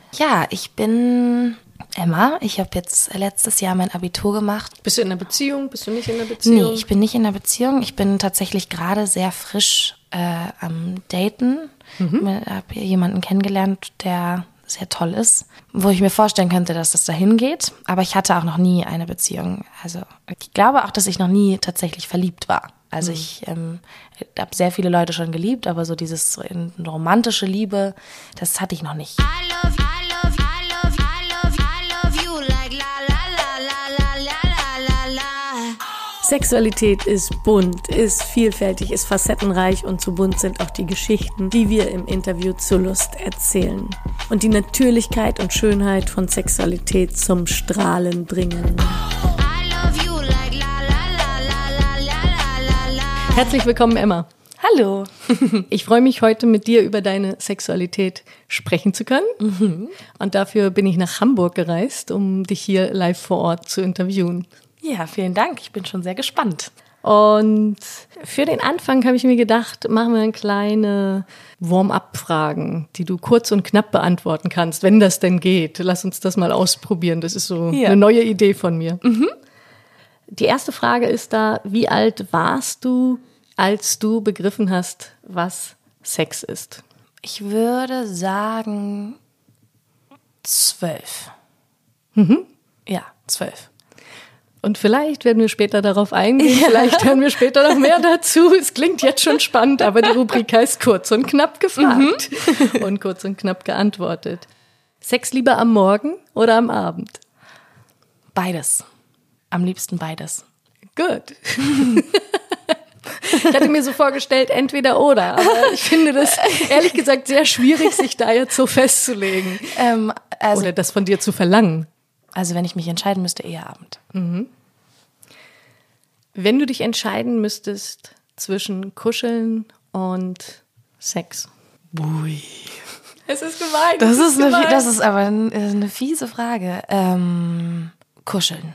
Ja, ich bin Emma. Ich habe jetzt letztes Jahr mein Abitur gemacht. Bist du in einer Beziehung? Bist du nicht in einer Beziehung? Nee, ich bin nicht in einer Beziehung. Ich bin tatsächlich gerade sehr frisch am Daten. Ich habe hier jemanden kennengelernt, der sehr toll ist, wo ich mir vorstellen könnte, dass das dahin geht. Aber ich hatte auch noch nie eine Beziehung. Also ich glaube auch, dass ich noch nie tatsächlich verliebt war. Also ich habe sehr viele Leute schon geliebt, aber so dieses romantische Liebe, das hatte ich noch nicht. Sexualität ist bunt, ist vielfältig, ist facettenreich und so bunt sind auch die Geschichten, die wir im Interview zur Lust erzählen. Und die Natürlichkeit und Schönheit von Sexualität zum Strahlen bringen. Herzlich willkommen, Emma. Hallo. Ich freue mich, heute mit dir über deine Sexualität sprechen zu können. Und dafür bin ich nach Hamburg gereist, um dich hier live vor Ort zu interviewen. Ja, vielen Dank. Ich bin schon sehr gespannt. Und für den Anfang habe ich mir gedacht, machen wir eine kleine Warm-up-Fragen, die du kurz und knapp beantworten kannst, wenn das denn geht. Lass uns das mal ausprobieren. Das ist so eine neue Idee von mir. Die erste Frage ist da, wie alt warst du, als du begriffen hast, was Sex ist? Ich würde sagen 12. Ja, 12. Und vielleicht werden wir später darauf eingehen, vielleicht hören wir später noch mehr dazu. Es klingt jetzt schon spannend, aber die Rubrik heißt kurz und knapp gefragt und kurz und knapp geantwortet. Sex lieber am Morgen oder am Abend? Beides. Am liebsten beides. Gut. Ich hatte mir so vorgestellt, entweder oder, aber ich finde das ehrlich gesagt sehr schwierig, sich da jetzt so festzulegen. Oder das von dir zu verlangen. Also wenn ich mich entscheiden müsste, eher Abend. Wenn du dich entscheiden müsstest zwischen Kuscheln und Sex. Bui. Es ist gemein. Das ist aber eine fiese Frage. Kuscheln.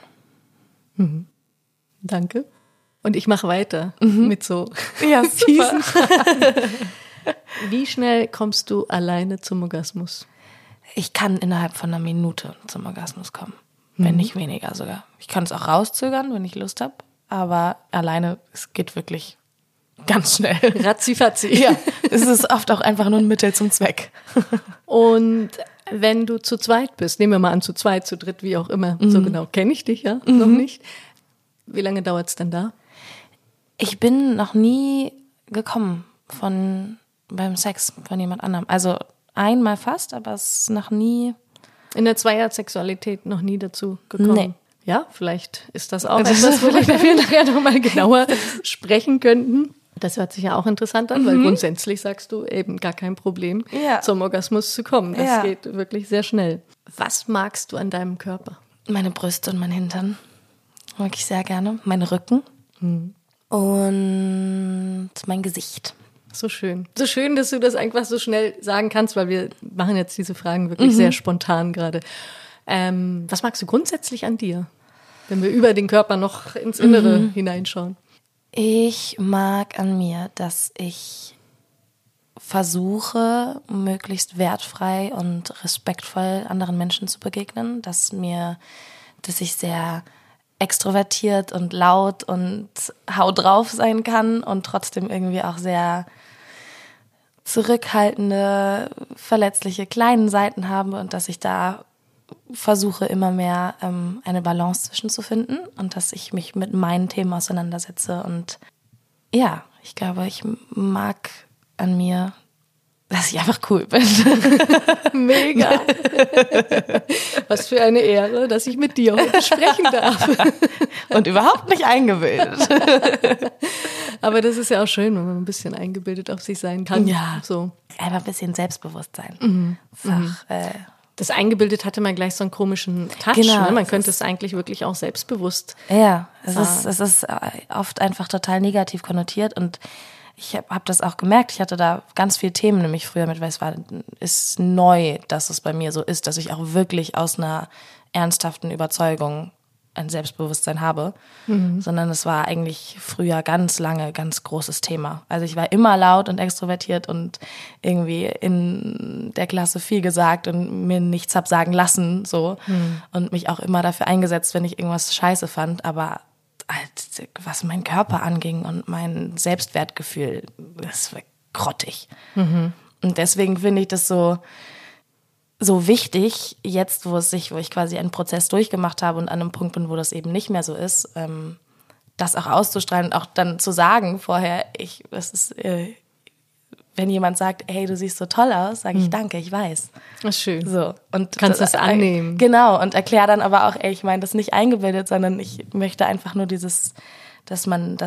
Danke. Und ich mache weiter mit so fiesen Fragen. Wie schnell kommst du alleine zum Orgasmus? Ich kann innerhalb von einer Minute zum Orgasmus kommen. Wenn nicht weniger sogar. Ich kann es auch rauszögern, wenn ich Lust habe. Aber alleine, es geht wirklich ganz schnell. Ratzifatzi. Ja, es ist oft auch einfach nur ein Mittel zum Zweck. Und wenn du zu zweit bist, nehmen wir mal an, zu zweit, zu dritt, wie auch immer, so genau kenne ich dich ja noch nicht. Wie lange dauert es denn da? Ich bin noch nie gekommen beim Sex von jemand anderem. Also einmal fast, aber es ist noch nie. In der Zweiersexualität noch nie dazu gekommen? Nee. Ja, vielleicht ist das auch etwas, worüber wir nachher nochmal genauer sprechen könnten. Das hört sich ja auch interessant an, weil grundsätzlich sagst du eben gar kein Problem, zum Orgasmus zu kommen. Das geht wirklich sehr schnell. Was magst du an deinem Körper? Meine Brüste und mein Hintern mag ich sehr gerne. Mein Rücken und mein Gesicht. So schön. So schön, dass du das einfach so schnell sagen kannst, weil wir machen jetzt diese Fragen wirklich sehr spontan gerade. Was magst du grundsätzlich an dir, wenn wir über den Körper noch ins Innere hineinschauen? Ich mag an mir, dass ich versuche, möglichst wertfrei und respektvoll anderen Menschen zu begegnen, dass ich sehr extrovertiert und laut und hau drauf sein kann und trotzdem irgendwie auch sehr zurückhaltende, verletzliche, kleinen Seiten habe und dass ich da versuche immer mehr eine Balance zwischen zu finden und dass ich mich mit meinen Themen auseinandersetze und ja, ich glaube, ich mag an mir, dass ich einfach cool bin. Mega. Was für eine Ehre, dass ich mit dir heute sprechen darf. Und überhaupt nicht eingebildet. Aber das ist ja auch schön, wenn man ein bisschen eingebildet auf sich sein kann. Ja, so. Einfach ein bisschen Selbstbewusstsein. Das eingebildet hatte man gleich so einen komischen Touch. Genau, Ne? Man könnte es eigentlich wirklich auch selbstbewusst. Ja, es ist oft einfach total negativ konnotiert und ich habe das auch gemerkt. Ich hatte da ganz viele Themen nämlich früher mit, weil ist neu, dass es bei mir so ist, dass ich auch wirklich aus einer ernsthaften Überzeugung ein Selbstbewusstsein habe, sondern es war eigentlich früher ganz lange ganz großes Thema. Also ich war immer laut und extrovertiert und irgendwie in der Klasse viel gesagt und mir nichts hab sagen lassen so und mich auch immer dafür eingesetzt, wenn ich irgendwas scheiße fand, aber halt, was mein Körper anging und mein Selbstwertgefühl, das war grottig. Und deswegen finde ich das so wichtig, jetzt, wo ich quasi einen Prozess durchgemacht habe und an einem Punkt bin, wo das eben nicht mehr so ist, das auch auszustrahlen und auch dann zu sagen vorher, wenn jemand sagt, hey, du siehst so toll aus, sage ich danke, ich weiß. Das ist schön. So, und kannst es annehmen. Genau, und erkläre dann aber auch, ich meine das nicht eingebildet, sondern ich möchte einfach nur dass das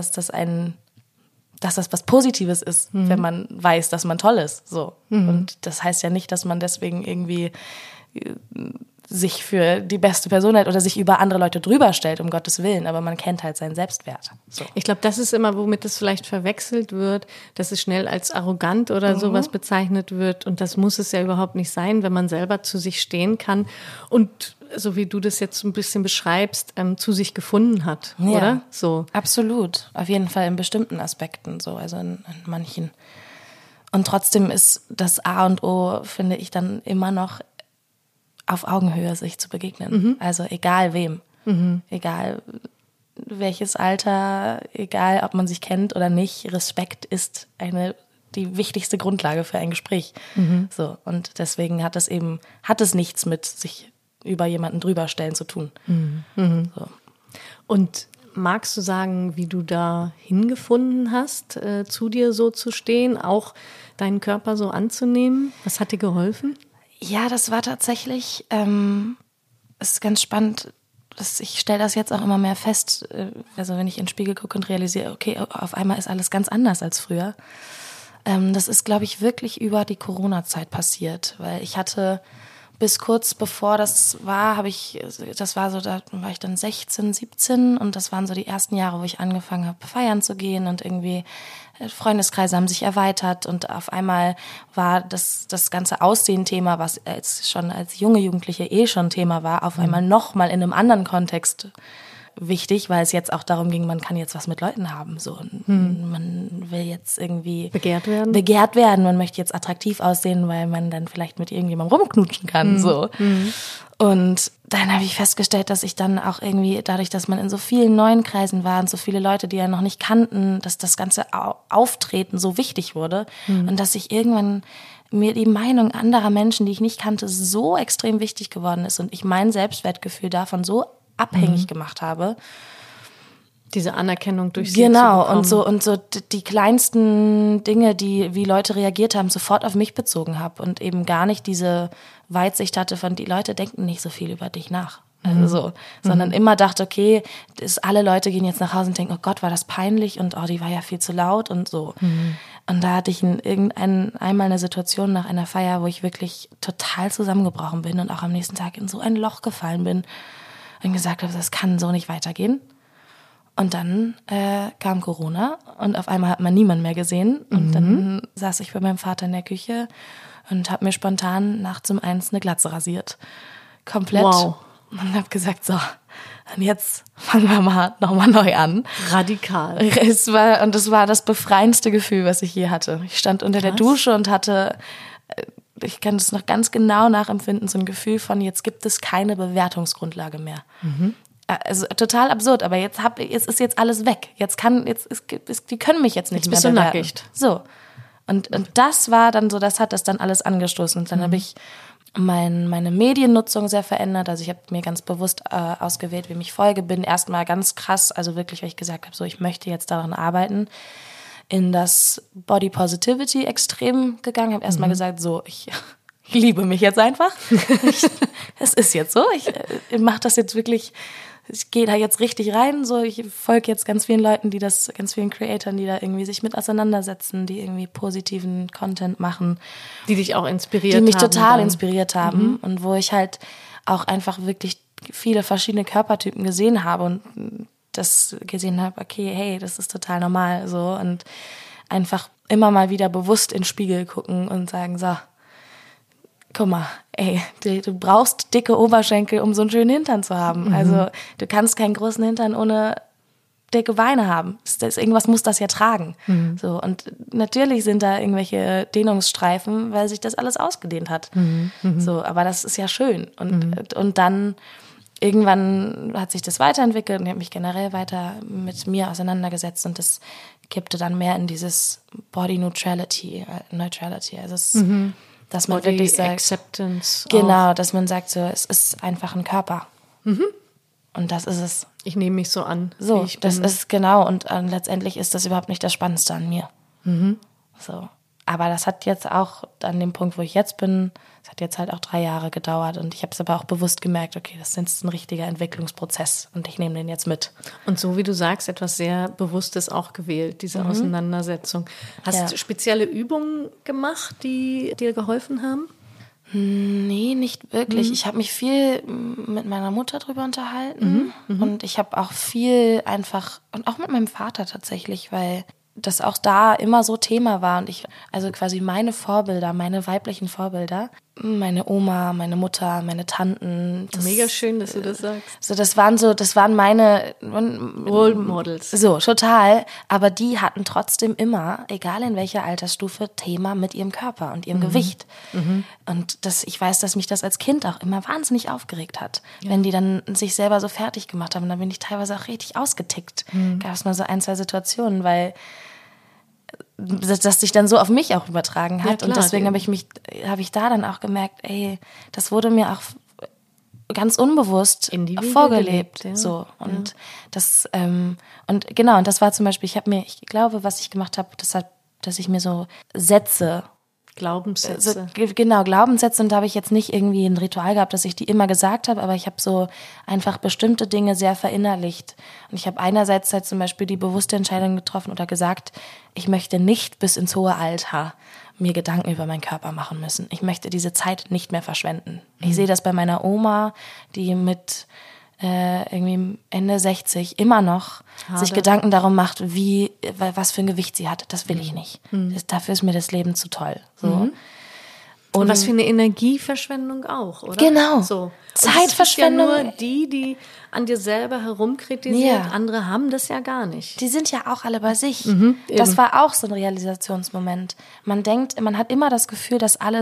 was Positives ist, wenn man weiß, dass man toll ist. So. Und das heißt ja nicht, dass man deswegen irgendwie sich für die beste Person hält oder sich über andere Leute drüber stellt, um Gottes Willen, aber man kennt halt seinen Selbstwert. So. Ich glaube, das ist immer, womit das vielleicht verwechselt wird, dass es schnell als arrogant oder sowas bezeichnet wird und das muss es ja überhaupt nicht sein, wenn man selber zu sich stehen kann und so wie du das jetzt ein bisschen beschreibst, zu sich gefunden hat, ja, oder? So. Absolut, auf jeden Fall in bestimmten Aspekten, so, also in manchen. Und trotzdem ist das A und O, finde ich, dann immer noch auf Augenhöhe sich zu begegnen. Also egal wem, egal welches Alter, egal ob man sich kennt oder nicht, Respekt ist die wichtigste Grundlage für ein Gespräch. So, und deswegen hat es nichts mit sich über jemanden drüber stellen zu tun. So. Und magst du sagen, wie du da hingefunden hast, zu dir so zu stehen, auch deinen Körper so anzunehmen? Was hat dir geholfen? Ja, das war tatsächlich, es ist ganz spannend, ich stelle das jetzt auch immer mehr fest, also wenn ich in den Spiegel gucke und realisiere, okay, auf einmal ist alles ganz anders als früher. Das ist, glaube ich, wirklich über die Corona-Zeit passiert, weil ich hatte bis kurz bevor das war, da war ich dann 16, 17 und das waren so die ersten Jahre, wo ich angefangen habe, feiern zu gehen und irgendwie Freundeskreise haben sich erweitert und auf einmal war das ganze Aussehen-Thema, was schon als junge Jugendliche schon Thema war, auf einmal nochmal in einem anderen Kontext wichtig, weil es jetzt auch darum ging, man kann jetzt was mit Leuten haben, so. Man will jetzt irgendwie begehrt werden, man möchte jetzt attraktiv aussehen, weil man dann vielleicht mit irgendjemandem rumknutschen kann, so. Und dann habe ich festgestellt, dass ich dann auch irgendwie, dadurch, dass man in so vielen neuen Kreisen war und so viele Leute, die ja noch nicht kannten, dass das ganze Auftreten so wichtig wurde und dass ich irgendwann mir die Meinung anderer Menschen, die ich nicht kannte, so extrem wichtig geworden ist und ich mein Selbstwertgefühl davon so abhängig gemacht habe. Diese Anerkennung durch sie genau, zu bekommen. und so die kleinsten Dinge, wie Leute reagiert haben, sofort auf mich bezogen habe und eben gar nicht diese Weitsicht hatte von, die Leute denken nicht so viel über dich nach. Also, sondern immer dachte, okay, alle Leute gehen jetzt nach Hause und denken, oh Gott, war das peinlich und oh, die war ja viel zu laut und so. Und da hatte ich einmal eine Situation nach einer Feier, wo ich wirklich total zusammengebrochen bin und auch am nächsten Tag in so ein Loch gefallen bin und gesagt habe, das kann so nicht weitergehen. Und dann kam Corona und auf einmal hat man niemanden mehr gesehen. Und dann saß ich bei meinem Vater in der Küche und habe mir spontan nachts um 1 eine Glatze rasiert. Komplett. Wow. Und habe gesagt, so, und jetzt fangen wir mal nochmal neu an. Radikal. Das war das befreiendste Gefühl, was ich je hatte. Ich stand unter der Dusche und hatte, ich kann es noch ganz genau nachempfinden, so ein Gefühl von, jetzt gibt es keine Bewertungsgrundlage mehr. Also total absurd, aber jetzt ist jetzt alles weg. Die können mich jetzt nicht jetzt mehr bewerten. Bist du nackig. So. Und das war dann so, das hat das dann alles angestoßen. Und dann habe ich meine Mediennutzung sehr verändert. Also ich habe mir ganz bewusst ausgewählt, wem ich folge. Bin erstmal ganz krass, also wirklich, weil ich gesagt habe, so ich möchte jetzt daran arbeiten, in das Body Positivity extrem gegangen. Habe erstmal gesagt, so ich liebe mich jetzt einfach. Es ist jetzt so. Ich mache das jetzt wirklich. Ich gehe da jetzt richtig rein, so ich folge jetzt ganz vielen Leuten, ganz vielen Creatoren, die da irgendwie sich mit auseinandersetzen, die irgendwie positiven Content machen. Die dich auch inspiriert haben. Die mich total inspiriert haben und wo ich halt auch einfach wirklich viele verschiedene Körpertypen gesehen habe und das gesehen habe, okay, hey, das ist total normal so und einfach immer mal wieder bewusst in den Spiegel gucken und sagen, so, guck mal, ey, du brauchst dicke Oberschenkel, um so einen schönen Hintern zu haben. Also du kannst keinen großen Hintern ohne dicke Beine haben. Irgendwas muss das ja tragen. So, und natürlich sind da irgendwelche Dehnungsstreifen, weil sich das alles ausgedehnt hat. So, aber das ist ja schön. Und dann irgendwann hat sich das weiterentwickelt und ich habe mich generell weiter mit mir auseinandergesetzt und das kippte dann mehr in dieses Body Neutrality. Also dass man Body wirklich sagt, Acceptance. genau, dass man sagt, so, es ist einfach ein Körper. Und das ist es. Ich nehme mich so an. So, wie ich das bin. ist genau. Und letztendlich ist das überhaupt nicht das Spannendste an mir. So. Aber das hat jetzt auch an dem Punkt, wo ich jetzt bin, es hat jetzt halt auch 3 Jahre gedauert. Und ich habe es aber auch bewusst gemerkt, okay, das ist jetzt ein richtiger Entwicklungsprozess. Und ich nehme den jetzt mit. Und so wie du sagst, etwas sehr Bewusstes auch gewählt, diese Auseinandersetzung. Hast du spezielle Übungen gemacht, die dir geholfen haben? Nee, nicht wirklich. Ich habe mich viel mit meiner Mutter drüber unterhalten und ich habe auch viel einfach, und auch mit meinem Vater tatsächlich, weil das auch da immer so Thema war und also quasi meine Vorbilder, meine weiblichen Vorbilder, meine Oma, meine Mutter, meine Tanten. Mega schön, dass du das sagst. So, das waren meine Role Models. So, total. Aber die hatten trotzdem immer, egal in welcher Altersstufe, Thema mit ihrem Körper und ihrem Gewicht. Und ich weiß, dass mich das als Kind auch immer wahnsinnig aufgeregt hat. Ja. Wenn die dann sich selber so fertig gemacht haben, dann bin ich teilweise auch richtig ausgetickt. Gab es mal so 1, 2 Situationen, weil das sich dann so auf mich auch übertragen hat. Ja, klar, und deswegen habe ich da dann auch gemerkt, ey, das wurde mir auch ganz unbewusst vorgelebt. Ja. So. Und das, und genau, und das war zum Beispiel, ich glaube, was ich gemacht habe, dass ich mir so Sätze, Glaubenssätze. Genau, Glaubenssätze, und da habe ich jetzt nicht irgendwie ein Ritual gehabt, dass ich die immer gesagt habe, aber ich habe so einfach bestimmte Dinge sehr verinnerlicht. Und ich habe einerseits halt zum Beispiel die bewusste Entscheidung getroffen oder gesagt, ich möchte nicht bis ins hohe Alter mir Gedanken über meinen Körper machen müssen. Ich möchte diese Zeit nicht mehr verschwenden. Ich sehe das bei meiner Oma, die mit irgendwie Ende 60 immer noch sich Gedanken darum macht, was für ein Gewicht sie hat. Das will ich nicht. Dafür ist mir das Leben zu toll. So. Und was für eine Energieverschwendung auch, oder? Genau. So. Zeitverschwendung. Ja nur die an dir selber herumkritisiert. Ja. Andere haben das ja gar nicht. Die sind ja auch alle bei sich. Das war auch so ein Realisationsmoment. Man denkt, man hat immer das Gefühl, dass alle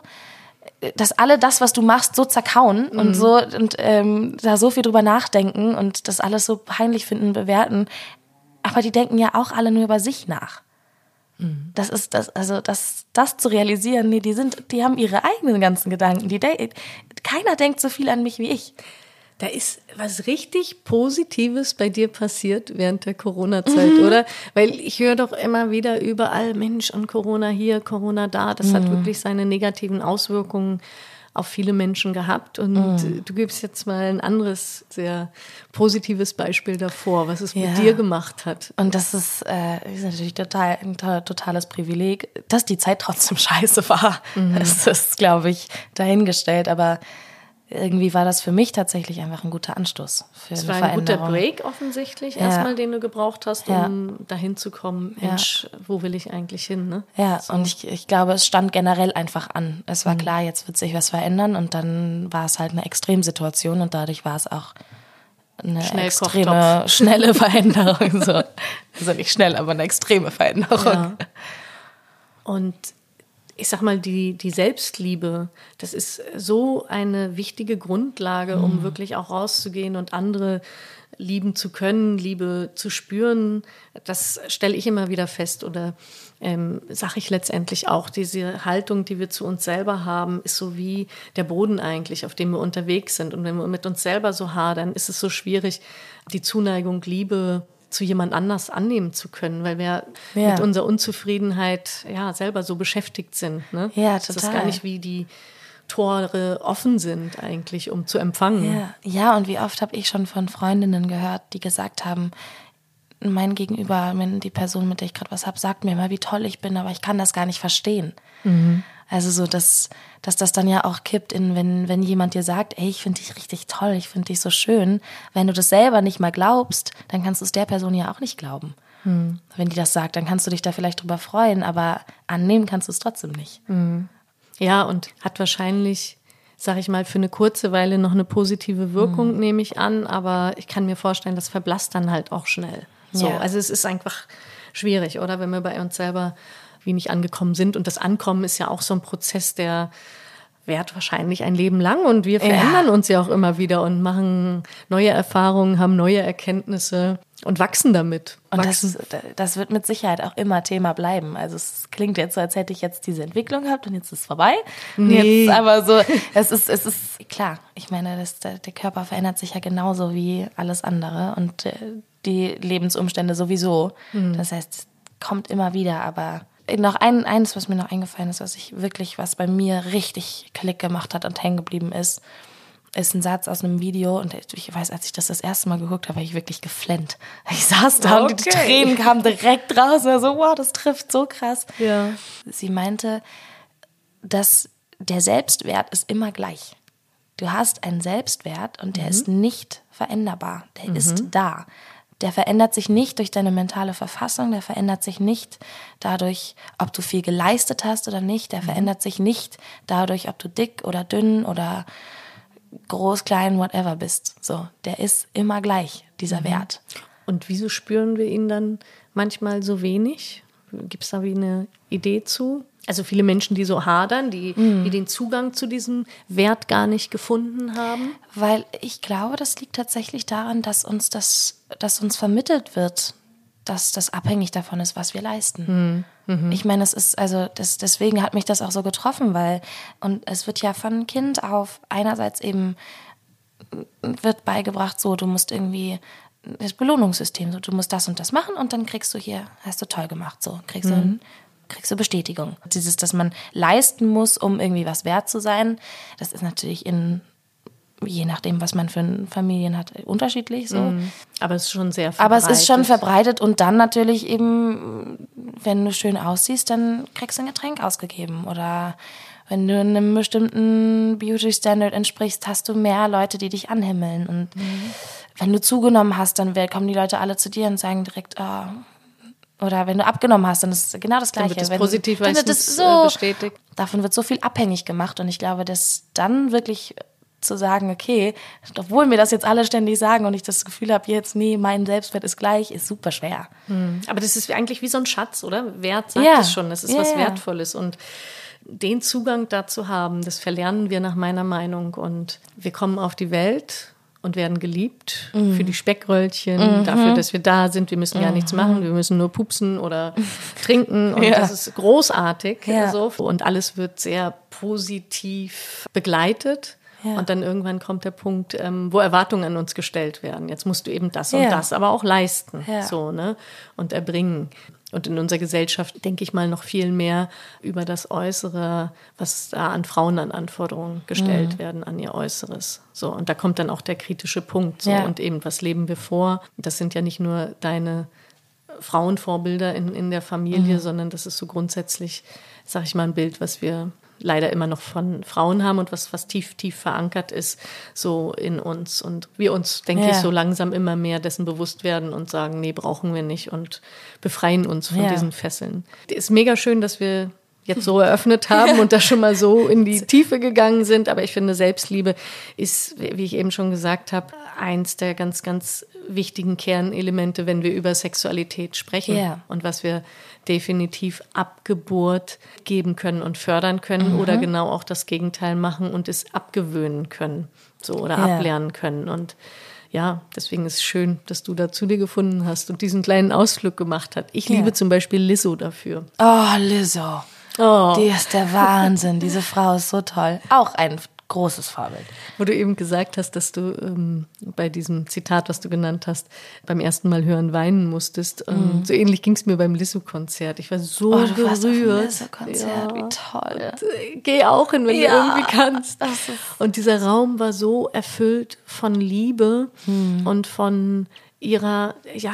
das, was du machst, so zerkauen und so und da so viel drüber nachdenken und das alles so peinlich finden, bewerten. Aber die denken ja auch alle nur über sich nach. Das ist das zu realisieren, nee, die haben ihre eigenen ganzen Gedanken. Keiner denkt so viel an mich wie ich. Da ist was richtig Positives bei dir passiert während der Corona-Zeit, oder? Weil ich höre doch immer wieder überall, Mensch, und Corona hier, Corona da. Das hat wirklich seine negativen Auswirkungen auf viele Menschen gehabt. Und du gibst jetzt mal ein anderes, sehr positives Beispiel davor, was es mit dir gemacht hat. Und das ist natürlich ein totales Privileg, dass die Zeit trotzdem scheiße war. Das ist, glaube ich, dahingestellt. Aber irgendwie war das für mich tatsächlich einfach ein guter Anstoß für eine Veränderung. Es war ein guter Break offensichtlich, erstmal, den du gebraucht hast, um dahin zu kommen, Mensch, wo will ich eigentlich hin? Ne? Ja, so. Und ich glaube, es stand generell einfach an. Es war klar, jetzt wird sich was verändern und dann war es halt eine Extremsituation und dadurch war es auch eine schnelle Veränderung. So. Also nicht schnell, aber eine extreme Veränderung. Ja. Und ich sag mal, die Selbstliebe, das ist so eine wichtige Grundlage, um wirklich auch rauszugehen und andere lieben zu können, Liebe zu spüren. Das stelle ich immer wieder fest oder sage ich letztendlich auch. Diese Haltung, die wir zu uns selber haben, ist so wie der Boden eigentlich, auf dem wir unterwegs sind. Und wenn wir mit uns selber so hadern, ist es so schwierig, die Zuneigung, Liebe zu jemand anders annehmen zu können, weil wir mit unserer Unzufriedenheit selber so beschäftigt sind. Ne? Ja, total. Das ist gar nicht, wie die Tore offen sind eigentlich, um zu empfangen. Ja, und wie oft habe ich schon von Freundinnen gehört, die gesagt haben, mein Gegenüber, die Person, mit der ich gerade was habe, sagt mir immer, wie toll ich bin, aber ich kann das gar nicht verstehen. Also so, dass das dann ja auch kippt, wenn jemand dir sagt, ey, ich finde dich richtig toll, ich finde dich so schön. Wenn du das selber nicht mal glaubst, dann kannst du es der Person ja auch nicht glauben. Wenn die das sagt, dann kannst du dich da vielleicht drüber freuen, aber annehmen kannst du es trotzdem nicht. Ja, und hat wahrscheinlich sag ich mal, für eine kurze Weile noch eine positive Wirkung, nehme ich an. Aber ich kann mir vorstellen, das verblasst dann halt auch schnell. So, Ja. also es ist einfach schwierig, oder? Wenn wir bei uns selber wenig angekommen sind. Und das Ankommen ist ja auch so ein Prozess, der währt wahrscheinlich ein Leben lang. Und wir verändern uns ja auch immer wieder und machen neue Erfahrungen, haben neue Erkenntnisse und wachsen damit. Und das wird mit Sicherheit auch immer Thema bleiben. Also es klingt jetzt so, als hätte ich jetzt diese Entwicklung gehabt und jetzt ist es vorbei. Nee. Jetzt aber so, es ist klar. Ich meine, der Körper verändert sich ja genauso wie alles andere und die Lebensumstände sowieso. Das heißt, es kommt immer wieder, aber noch eines, was mir noch eingefallen ist, was bei mir richtig Klick gemacht hat und hängen geblieben ist ein Satz aus einem Video. Und ich weiß, als ich das erste Mal geguckt habe, war ich wirklich geflennt. Ich saß da und die Tränen kamen direkt raus. Und so, wow, das trifft so krass. Ja. Sie meinte, dass der Selbstwert ist immer gleich. Du hast einen Selbstwert und der ist nicht veränderbar. Der ist da. Der verändert sich nicht durch deine mentale Verfassung, der verändert sich nicht dadurch, ob du viel geleistet hast oder nicht, der verändert sich nicht dadurch, ob du dick oder dünn oder groß, klein, whatever bist. So, der ist immer gleich, dieser Wert. Und wieso spüren wir ihn dann manchmal so wenig? Gibt es da wie eine Idee zu? Also viele Menschen, die so hadern, die den Zugang zu diesem Wert gar nicht gefunden haben? Weil ich glaube, das liegt tatsächlich daran, dass uns vermittelt wird, dass das abhängig davon ist, was wir leisten. Ich meine, deswegen hat mich das auch so getroffen, und es wird ja von Kind auf einerseits eben wird beigebracht, so, du musst irgendwie das Belohnungssystem, so, du musst das und das machen und dann kriegst du hier, hast du toll gemacht, so, kriegst du Bestätigung. Dass man leisten muss, um irgendwie was wert zu sein, das ist natürlich je nachdem, was man für Familien hat, unterschiedlich. So. Aber es ist schon sehr verbreitet. Aber es ist schon verbreitet und dann natürlich eben, wenn du schön aussiehst, dann kriegst du ein Getränk ausgegeben. Oder wenn du einem bestimmten Beauty-Standard entsprichst, hast du mehr Leute, die dich anhimmeln. Und wenn du zugenommen hast, dann kommen die Leute alle zu dir und sagen direkt, oder wenn du abgenommen hast, dann ist es genau das Gleiche. Dann wird das positiv bestätigt. Davon wird so viel abhängig gemacht und ich glaube, dass dann wirklich zu sagen, okay, obwohl mir das jetzt alle ständig sagen und ich das Gefühl habe, jetzt, nee, mein Selbstwert ist gleich, ist super schwer. Aber das ist eigentlich wie so ein Schatz, oder? Wert sagt es schon, das ist was Wertvolles und den Zugang dazu haben, das verlernen wir nach meiner Meinung und wir kommen auf die Welt und werden geliebt für die Speckröllchen, dafür, dass wir da sind. Wir müssen gar nichts machen, wir müssen nur pupsen oder trinken und das ist großartig. So. Und alles wird sehr positiv begleitet. Ja. Und dann irgendwann kommt der Punkt, wo Erwartungen an uns gestellt werden. Jetzt musst du eben das und das, aber auch leisten so, ne? Und erbringen. Und in unserer Gesellschaft denke ich mal noch viel mehr über das Äußere, was da an Frauen an Anforderungen gestellt werden, an ihr Äußeres. So, und da kommt dann auch der kritische Punkt. So, und eben, was leben wir vor? Das sind ja nicht nur deine Frauenvorbilder in der Familie, sondern das ist so grundsätzlich, sag ich mal, ein Bild, was wir leider immer noch von Frauen haben und was tief, tief verankert ist, so in uns. Und wir uns, denke ich, so langsam immer mehr dessen bewusst werden und sagen, nee, brauchen wir nicht und befreien uns von diesen Fesseln. Ist mega schön, dass wir jetzt so eröffnet haben und da schon mal so in die Tiefe gegangen sind. Aber ich finde, Selbstliebe ist, wie ich eben schon gesagt habe, eins der ganz, ganz wichtigen Kernelemente, wenn wir über Sexualität sprechen und was wir definitiv ab Geburt geben können und fördern können oder genau auch das Gegenteil machen und es abgewöhnen können so oder ablernen können. Und ja, deswegen ist es schön, dass du da zu dir gefunden hast und diesen kleinen Ausflug gemacht hast. Ich liebe zum Beispiel Lizzo dafür. Oh, Lizzo. Oh. Die ist der Wahnsinn. Diese Frau ist so toll. Auch ein großes Vorbild. Wo du eben gesagt hast, dass du bei diesem Zitat, was du genannt hast, beim ersten Mal hören weinen musstest. So ähnlich ging es mir beim Lizzo-Konzert. Ich war so gerührt. Du warst auf dem Lizzo-Konzert, wie toll. Geh auch hin, wenn du irgendwie kannst. Und dieser Raum war so erfüllt von Liebe und von ihrer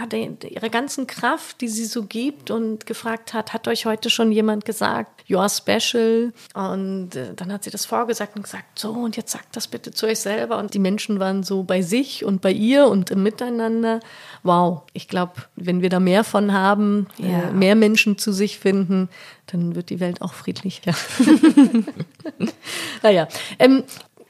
ganzen Kraft, die sie so gibt und gefragt hat euch heute schon jemand gesagt, you are special? Und dann hat sie das vorgesagt und gesagt, so, und jetzt sagt das bitte zu euch selber. Und die Menschen waren so bei sich und bei ihr und im Miteinander. Wow, ich glaube, wenn wir da mehr von haben, mehr Menschen zu sich finden, dann wird die Welt auch friedlicher. Naja,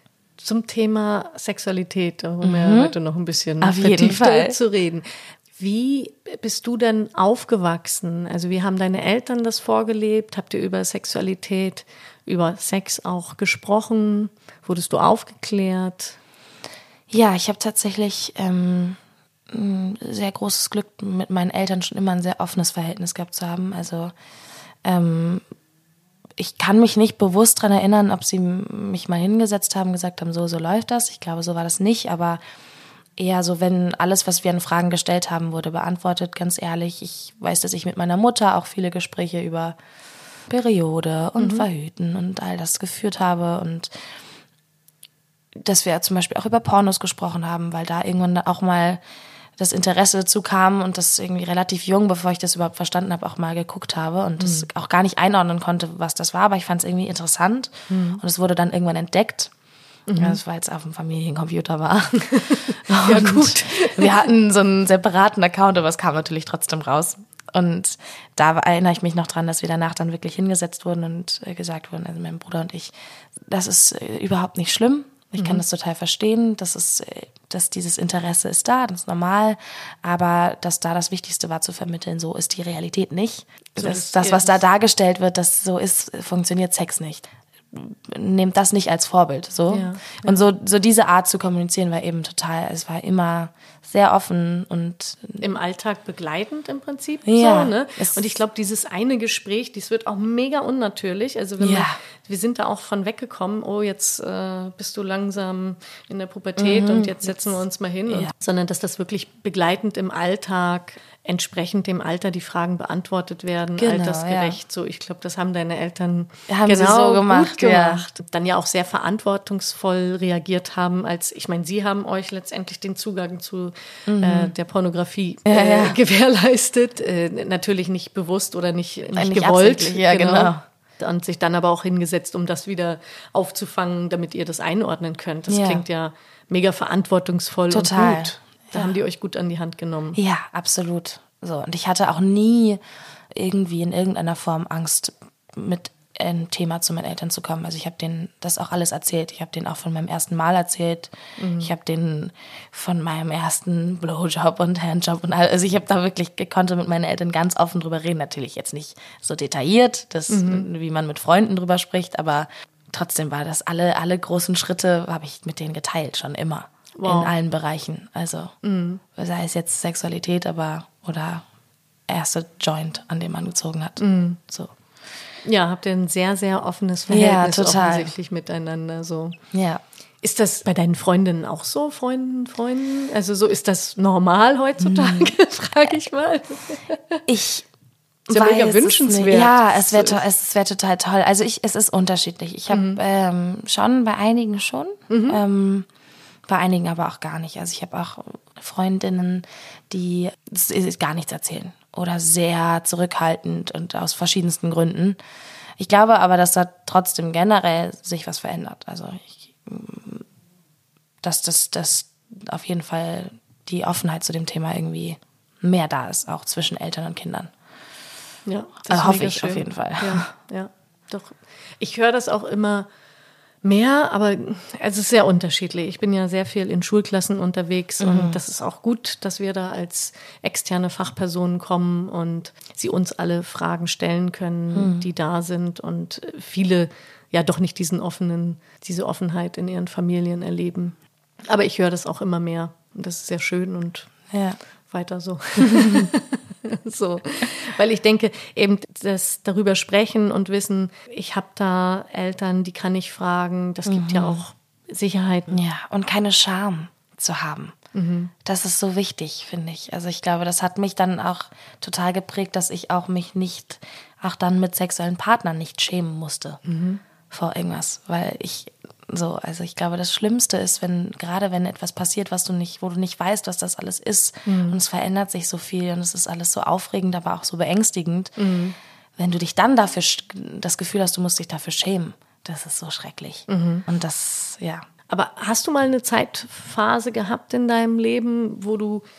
Zum Thema Sexualität, da wollen wir ja heute noch ein bisschen Auf jeden Fall zu reden. Wie bist du denn aufgewachsen? Also wie haben deine Eltern das vorgelebt? Habt ihr über Sexualität, über Sex auch gesprochen? Wurdest du aufgeklärt? Ja, ich habe tatsächlich ein sehr großes Glück, mit meinen Eltern schon immer ein sehr offenes Verhältnis gehabt zu haben. Also ich kann mich nicht bewusst daran erinnern, ob sie mich mal hingesetzt haben, gesagt haben, so läuft das. Ich glaube, so war das nicht, aber eher so, wenn alles, was wir an Fragen gestellt haben, wurde beantwortet, ganz ehrlich. Ich weiß, dass ich mit meiner Mutter auch viele Gespräche über Periode und Verhüten und all das geführt habe und dass wir zum Beispiel auch über Pornos gesprochen haben, weil da irgendwann auch mal das Interesse dazu kam und das irgendwie relativ jung, bevor ich das überhaupt verstanden habe, auch mal geguckt habe und das auch gar nicht einordnen konnte, was das war, aber ich fand es irgendwie interessant und es wurde dann irgendwann entdeckt. Ja, das war jetzt auf dem Familiencomputer war. Ja, gut. Wir hatten so einen separaten Account, aber es kam natürlich trotzdem raus. Und da erinnere ich mich noch dran, dass wir danach dann wirklich hingesetzt wurden und gesagt wurden, also mein Bruder und ich, das ist überhaupt nicht schlimm. Ich kann das total verstehen, dass dieses Interesse ist da, das ist normal, aber dass da das Wichtigste war zu vermitteln, so ist die Realität nicht. So Das, was da dargestellt wird, das so ist, funktioniert Sex nicht. Nehmt das nicht als Vorbild, so. Ja. Und so diese Art zu kommunizieren war eben total, es war immer sehr offen und im Alltag begleitend im Prinzip. Ja, so, ne? Und ich glaube, dieses eine Gespräch, das wird auch mega unnatürlich. Also wir sind da auch von weggekommen, oh, jetzt bist du langsam in der Pubertät und jetzt setzen wir uns mal hin. Und, sondern dass das wirklich begleitend im Alltag, entsprechend dem Alter die Fragen beantwortet werden, altersgerecht. So, ich glaube, das haben deine Eltern haben sie so gemacht, gut gemacht. Dann ja auch sehr verantwortungsvoll reagiert haben, ich meine, sie haben euch letztendlich den Zugang zu der Pornografie gewährleistet. Natürlich nicht bewusst oder nicht gewollt. Ja, genau. Und sich dann aber auch hingesetzt, um das wieder aufzufangen, damit ihr das einordnen könnt. Das klingt ja mega verantwortungsvoll Total. Und gut. Da haben die euch gut an die Hand genommen. Ja, absolut. So, und ich hatte auch nie irgendwie in irgendeiner Form Angst, mit ein Thema zu meinen Eltern zu kommen. Also ich habe denen das auch alles erzählt. Ich habe denen auch von meinem ersten Mal erzählt. Ich habe denen von meinem ersten Blowjob und Handjob und all. Also ich habe da wirklich, konnte mit meinen Eltern ganz offen drüber reden. Natürlich jetzt nicht so detailliert, wie man mit Freunden drüber spricht, aber trotzdem war das alle großen Schritte habe ich mit denen geteilt, schon immer. Wow. In allen Bereichen. Also sei es jetzt Sexualität, oder erste Joint, an dem man gezogen hat. So. Ja, habt ihr ein sehr, sehr offenes Verhältnis offensichtlich miteinander. So. Ja. Ist das bei deinen Freundinnen auch so, Freunden? Also so ist das normal heutzutage, frage ich mal. Ich ist ja mega wünschenswert. Ja, es wäre total toll. Also es ist unterschiedlich. Ich habe schon bei einigen schon, bei einigen aber auch gar nicht. Also ich habe auch Freundinnen, die gar nichts erzählen oder sehr zurückhaltend und aus verschiedensten Gründen. Ich glaube aber, dass da trotzdem generell sich was verändert. Also dass auf jeden Fall die Offenheit zu dem Thema irgendwie mehr da ist, auch zwischen Eltern und Kindern. Ja, das hoffe ich schön. Auf jeden Fall. Ja, doch. Ich höre das auch immer mehr, aber es ist sehr unterschiedlich. Ich bin ja sehr viel in Schulklassen unterwegs und das ist auch gut, dass wir da als externe Fachpersonen kommen und sie uns alle Fragen stellen können, die da sind und viele ja doch nicht diese Offenheit in ihren Familien erleben. Aber ich höre das auch immer mehr und das ist sehr schön und weiter so. So, weil ich denke, eben das darüber sprechen und wissen, ich habe da Eltern, die kann ich fragen, das gibt ja auch Sicherheit. Ja, und keine Scham zu haben. Das ist so wichtig, finde ich. Also ich glaube, das hat mich dann auch total geprägt, dass ich auch mich nicht, auch dann mit sexuellen Partnern nicht schämen musste vor irgendwas, weil ich glaube, das Schlimmste ist, gerade wenn etwas passiert, wo du nicht weißt, was das alles ist und es verändert sich so viel und es ist alles so aufregend, aber auch so beängstigend, wenn du dich dann das Gefühl hast, du musst dich dafür schämen, das ist so schrecklich. Und das, ja. Aber hast du mal eine Zeitphase gehabt in deinem Leben, wo du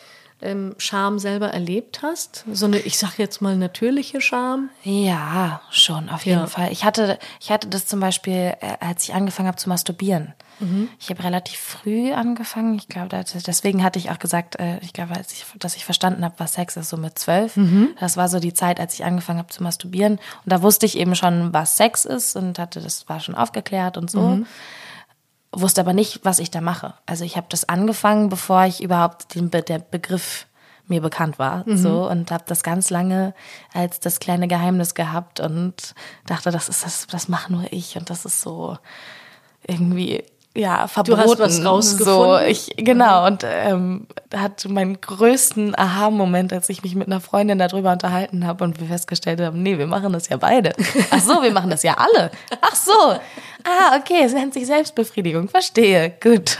Scham selber erlebt hast? So eine, ich sag jetzt mal, natürliche Scham? Ja, schon, auf jeden Fall. Ich hatte das zum Beispiel, als ich angefangen habe zu masturbieren. Ich habe relativ früh angefangen. Ich glaube, deswegen hatte ich auch gesagt, ich glaube, dass ich verstanden habe, was Sex ist, so mit 12. Das war so die Zeit, als ich angefangen habe zu masturbieren. Und da wusste ich eben schon, was Sex ist und das war schon aufgeklärt und so. Wusste aber nicht, was ich da mache. Also ich habe das angefangen, bevor ich überhaupt der Begriff mir bekannt war, so, und habe das ganz lange als das kleine Geheimnis gehabt und dachte, das mache nur ich und das ist so irgendwie verboten. Du hast was rausgefunden. So, genau, und hatte meinen größten Aha-Moment, als ich mich mit einer Freundin darüber unterhalten habe und wir festgestellt haben, nee, wir machen das ja beide. Ach so, wir machen das ja alle. Ach so. Okay, es nennt sich Selbstbefriedigung. Verstehe. Gut.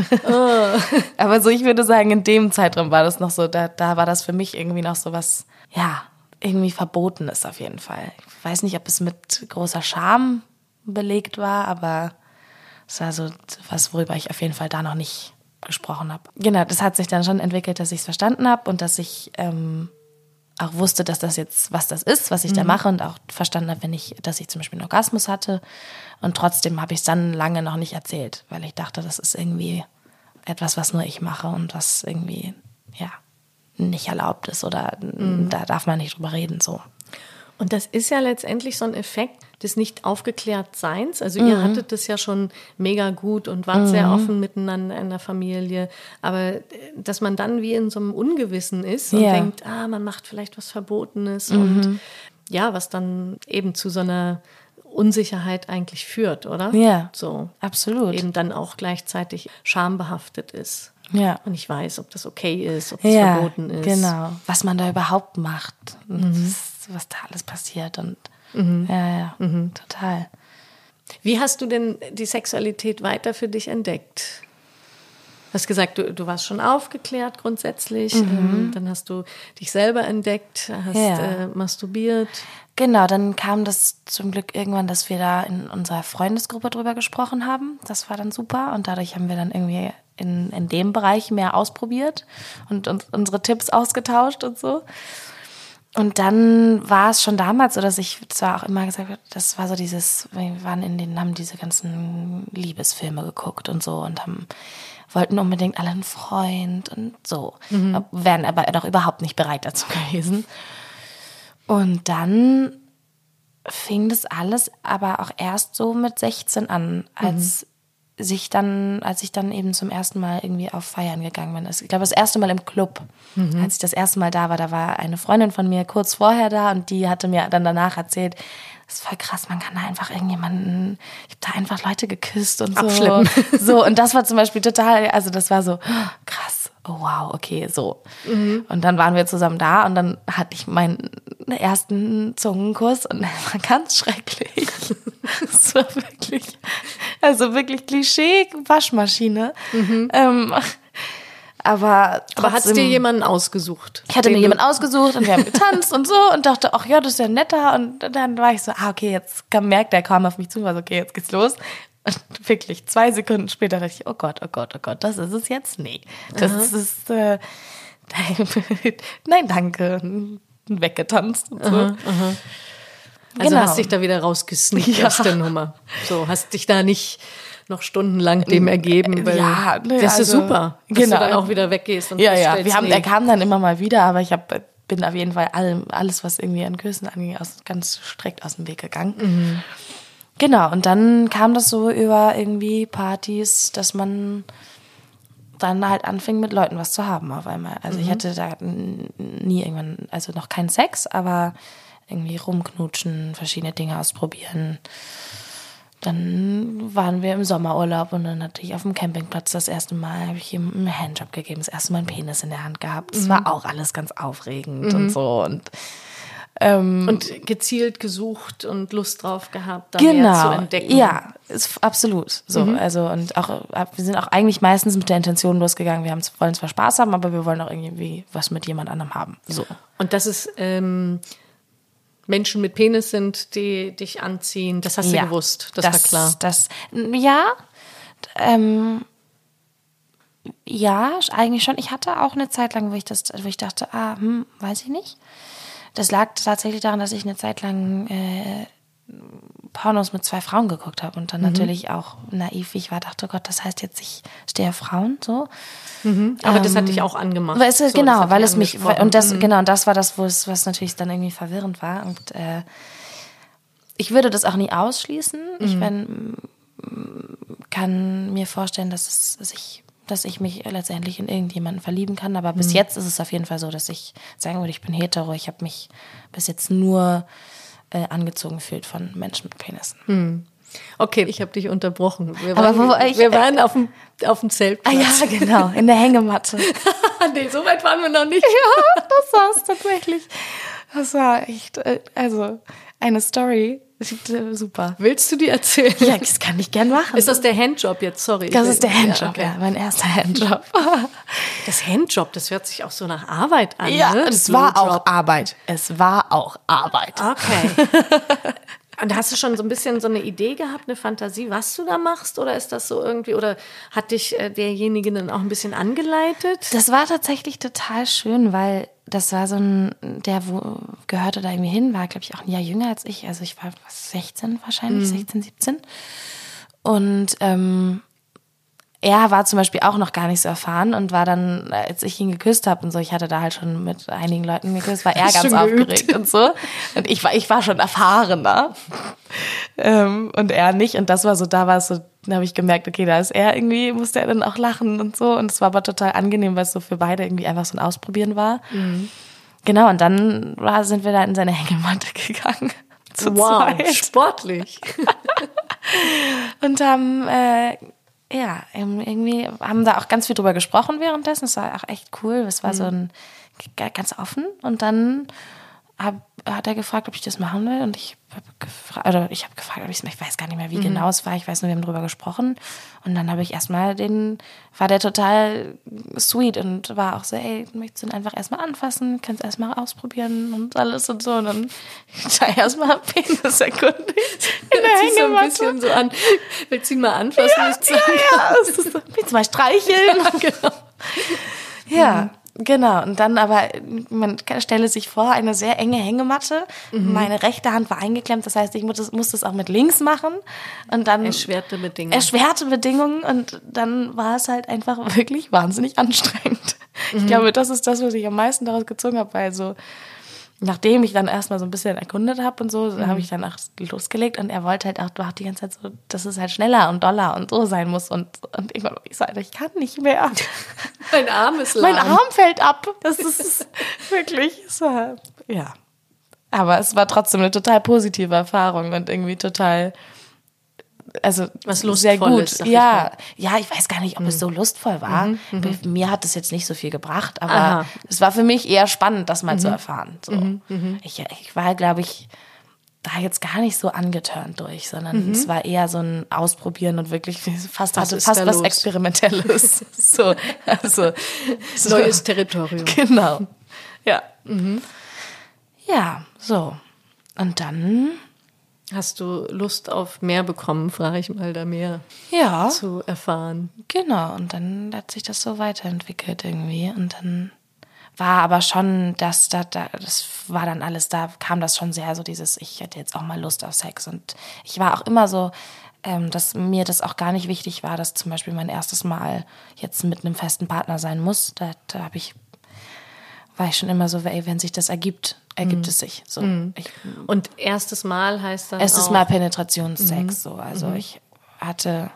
Aber so, ich würde sagen, in dem Zeitraum war das noch so, da war das für mich irgendwie noch so was, irgendwie verboten ist auf jeden Fall. Ich weiß nicht, ob es mit großer Scham belegt war, aber es war so was, worüber ich auf jeden Fall da noch nicht gesprochen habe. Genau, das hat sich dann schon entwickelt, dass ich es verstanden habe und dass ich auch wusste, dass das jetzt, was das ist, was ich da mache und auch verstanden habe, dass ich zum Beispiel einen Orgasmus hatte. Und trotzdem habe ich es dann lange noch nicht erzählt, weil ich dachte, das ist irgendwie etwas, was nur ich mache und was irgendwie, nicht erlaubt ist oder da darf man nicht drüber reden, so. Und das ist ja letztendlich so ein Effekt des Nicht-Aufgeklärt-Seins. Also ihr hattet das ja schon mega gut und wart sehr offen miteinander in der Familie. Aber dass man dann wie in so einem Ungewissen ist und denkt, man macht vielleicht was Verbotenes und was dann eben zu so einer Unsicherheit eigentlich führt, oder? Ja, so absolut. Eben dann auch gleichzeitig schambehaftet ist. Ja. Und ich weiß, ob das okay ist, ob das verboten ist. Genau, was man da überhaupt macht und was da alles passiert und total. Wie hast du denn die Sexualität weiter für dich entdeckt? Du hast gesagt, du warst schon aufgeklärt grundsätzlich, dann hast du dich selber entdeckt, hast masturbiert. Genau, dann kam das zum Glück irgendwann, dass wir da in unserer Freundesgruppe drüber gesprochen haben. Das war dann super und dadurch haben wir dann irgendwie in dem Bereich mehr ausprobiert und uns unsere Tipps ausgetauscht und so. Und dann war es schon damals so, dass ich zwar auch immer gesagt habe, das war so haben diese ganzen Liebesfilme geguckt und so und wollten unbedingt alle einen Freund und so. Wären aber noch überhaupt nicht bereit dazu gewesen. Und dann fing das alles aber auch erst so mit 16 an, als ich dann eben zum ersten Mal irgendwie auf Feiern gegangen bin. Ich glaube, das erste Mal im Club, als ich das erste Mal da war eine Freundin von mir kurz vorher da und die hatte mir dann danach erzählt, das ist voll krass, man kann da einfach ich habe da einfach Leute geküsst und so. Abschleppen. So, und das war zum Beispiel total, also das war so, krass, oh wow, okay, so. Und dann waren wir zusammen da und dann hatte ich meinen ersten Zungenkuss und das war ganz schrecklich. Das war wirklich Klischee, Waschmaschine. Aber hast du dir jemanden ausgesucht? Ich hatte mir jemanden ausgesucht und wir haben getanzt und so und dachte, ach ja, das ist ja netter. Und dann war ich so, okay, jetzt merkt, der kam auf mich zu und war so, okay, jetzt geht's los. Und wirklich 2 Sekunden später dachte ich, oh Gott, das ist es jetzt? Nee. Das ist, nein, danke. Weggetanzt und so. Also hast dich da wieder rausgesneakt aus der Nummer. So, hast dich da nicht noch stundenlang dem ergeben, weil das ist super, dass du dann auch wieder weggehst. Und er kam dann immer mal wieder, aber bin auf jeden Fall alles, was irgendwie an Küssen anging, ganz strikt aus dem Weg gegangen. Genau, und dann kam das so über irgendwie Partys, dass man dann halt anfing, mit Leuten was zu haben auf einmal. Also ich hatte da nie irgendwann, also noch keinen Sex, aber irgendwie rumknutschen, verschiedene Dinge ausprobieren. Dann waren wir im Sommerurlaub und dann hatte ich auf dem Campingplatz das erste Mal, habe ich ihm einen Handjob gegeben, das erste Mal einen Penis in der Hand gehabt. Das war auch alles ganz aufregend und so. Und gezielt gesucht und Lust drauf gehabt, da mehr zu entdecken. Ja, ist absolut so. Also und auch wir sind auch eigentlich meistens mit der Intention losgegangen, wollen zwar Spaß haben, aber wir wollen auch irgendwie was mit jemand anderem haben. So. Und das ist Menschen mit Penis sind, die dich anziehen. Das hast du gewusst, das war klar. Ja, eigentlich schon. Ich hatte auch eine Zeit lang, wo ich dachte, weiß ich nicht. Das lag tatsächlich daran, dass ich eine Zeit lang Pornos mit 2 Frauen geguckt habe und dann natürlich auch naiv, wie ich war, dachte, oh Gott, das heißt jetzt, ich stehe auf Frauen, so. Aber das hat dich auch angemacht. Weil es, so, genau, weil es mich, und das, genau, und das war das, was natürlich dann irgendwie verwirrend war und ich würde das auch nie ausschließen. Ich kann mir vorstellen, dass ich mich letztendlich in irgendjemanden verlieben kann. Aber bis jetzt ist es auf jeden Fall so, dass ich sagen würde, ich bin hetero. Ich habe mich bis jetzt nur angezogen gefühlt von Menschen mit Penissen. Okay, ich habe dich unterbrochen. Wir Aber waren auf dem Zeltplatz. Ja, genau, in der Hängematte. Nee, so weit waren wir noch nicht. Ja, das war es tatsächlich. Das war echt, also eine Story. Super. Willst du die erzählen? Ja, das kann ich gern machen. Ist das der Handjob jetzt? Sorry. Das ist der Handjob, okay. ja, mein erster Handjob. Das Handjob, das hört sich auch so nach Arbeit an. Ja, ne? es war auch Arbeit. Es war auch Arbeit. Okay. Und hast du schon so ein bisschen so eine Idee gehabt, eine Fantasie, was du da machst? Oder ist das so irgendwie, oder hat dich derjenige dann auch ein bisschen angeleitet? Das war tatsächlich total schön, weil das war so gehörte da irgendwie hin, war, glaube ich, auch ein Jahr jünger als ich. Also ich war 16 wahrscheinlich, 16, 17. Und er war zum Beispiel auch noch gar nicht so erfahren und war dann, als ich ihn geküsst habe und so, ich hatte da halt schon mit einigen Leuten geküsst, war er ganz aufgeregt und so. Und ich war schon erfahrener und er nicht. Und das war so, da habe ich gemerkt, okay, da ist er irgendwie, musste er dann auch lachen und so. Und es war aber total angenehm, weil es so für beide irgendwie einfach so ein Ausprobieren war. Genau, und dann sind wir da in seine Hängematte gegangen. Wow, sportlich. Und haben irgendwie haben da auch ganz viel drüber gesprochen währenddessen. Es war auch echt cool. Es war so ganz offen. Und dann hat er gefragt, ob ich das machen will. Und ich habe gefragt, ob ich weiß gar nicht mehr, wie genau es war. Ich weiß nur, wir haben drüber gesprochen. Und dann habe ich war der total sweet und war auch so, ey, möchtest du ihn einfach erstmal anfassen, kannst erstmal ausprobieren und alles und so. Und dann erstmal Penis erkundigt in der Hängematte. So ein bisschen so an, willst du ihn mal anfassen? Willst du mal streicheln? Ja, genau. Ja. Genau, und dann aber, man stelle sich vor, eine sehr enge Hängematte. Meine rechte Hand war eingeklemmt, das heißt, ich musste es auch mit links machen. Und dann Erschwerte Bedingungen. Und dann war es halt einfach wirklich wahnsinnig anstrengend. Ich glaube, das ist das, was ich am meisten daraus gezogen habe, weil so, nachdem ich dann erstmal so ein bisschen erkundet habe und so, habe ich dann auch losgelegt und er wollte halt auch die ganze Zeit so, dass es halt schneller und doller und so sein muss und irgendwann ich sagte, ich kann nicht mehr. Mein Arm ist lahm. Mein Arm fällt ab. Das ist wirklich, ja. Aber es war trotzdem eine total positive Erfahrung und irgendwie total, also was sehr Lustvolles, gut. Ja, ich weiß gar nicht, ob es so lustvoll war. Mir hat es jetzt nicht so viel gebracht, aber es war für mich eher spannend, das mal zu erfahren. So. Ich war, glaube ich, da jetzt gar nicht so angetörnt durch, sondern es war eher so ein Ausprobieren und wirklich fast was Experimentelles. So, also neues Territorium. Genau. Ja. Ja, so. Und dann hast du Lust auf mehr bekommen, frage ich mal, da mehr zu erfahren. Genau, und dann hat sich das so weiterentwickelt irgendwie. Und dann war aber schon, das war dann alles, da kam das schon sehr so dieses, ich hätte jetzt auch mal Lust auf Sex. Und ich war auch immer so, dass mir das auch gar nicht wichtig war, dass zum Beispiel mein erstes Mal jetzt mit einem festen Partner sein muss. Da war ich schon immer so, ey, wenn sich das ergibt es sich. So. Und erstes Mal heißt dann erstes Mal Penetrationssex. So. Also ich hatte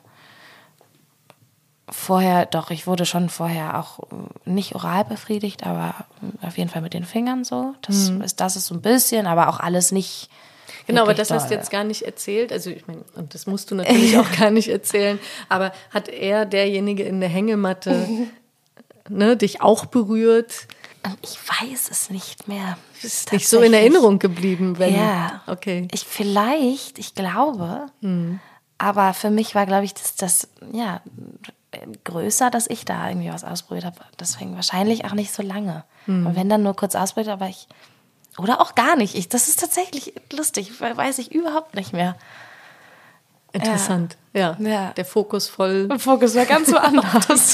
ich wurde schon vorher auch nicht oral befriedigt, aber auf jeden Fall mit den Fingern so. Das ist so ein bisschen, aber auch alles nicht. Genau, aber das hast du jetzt gar nicht erzählt. Also ich meine, und das musst du natürlich auch gar nicht erzählen. Aber hat derjenige in der Hängematte dich auch berührt? Ich weiß es nicht mehr. Ist nicht so in Erinnerung geblieben, wenn. Ja, okay. Ich glaube. Aber für mich war, glaube ich, das größer, dass ich da irgendwie was ausprobiert habe. Deswegen wahrscheinlich auch nicht so lange. Und wenn dann nur kurz ausprobiert, aber oder auch gar nicht. Das ist tatsächlich lustig, weiß ich überhaupt nicht mehr. Interessant. Ja. Der Fokus voll. Der Fokus war ganz woanders.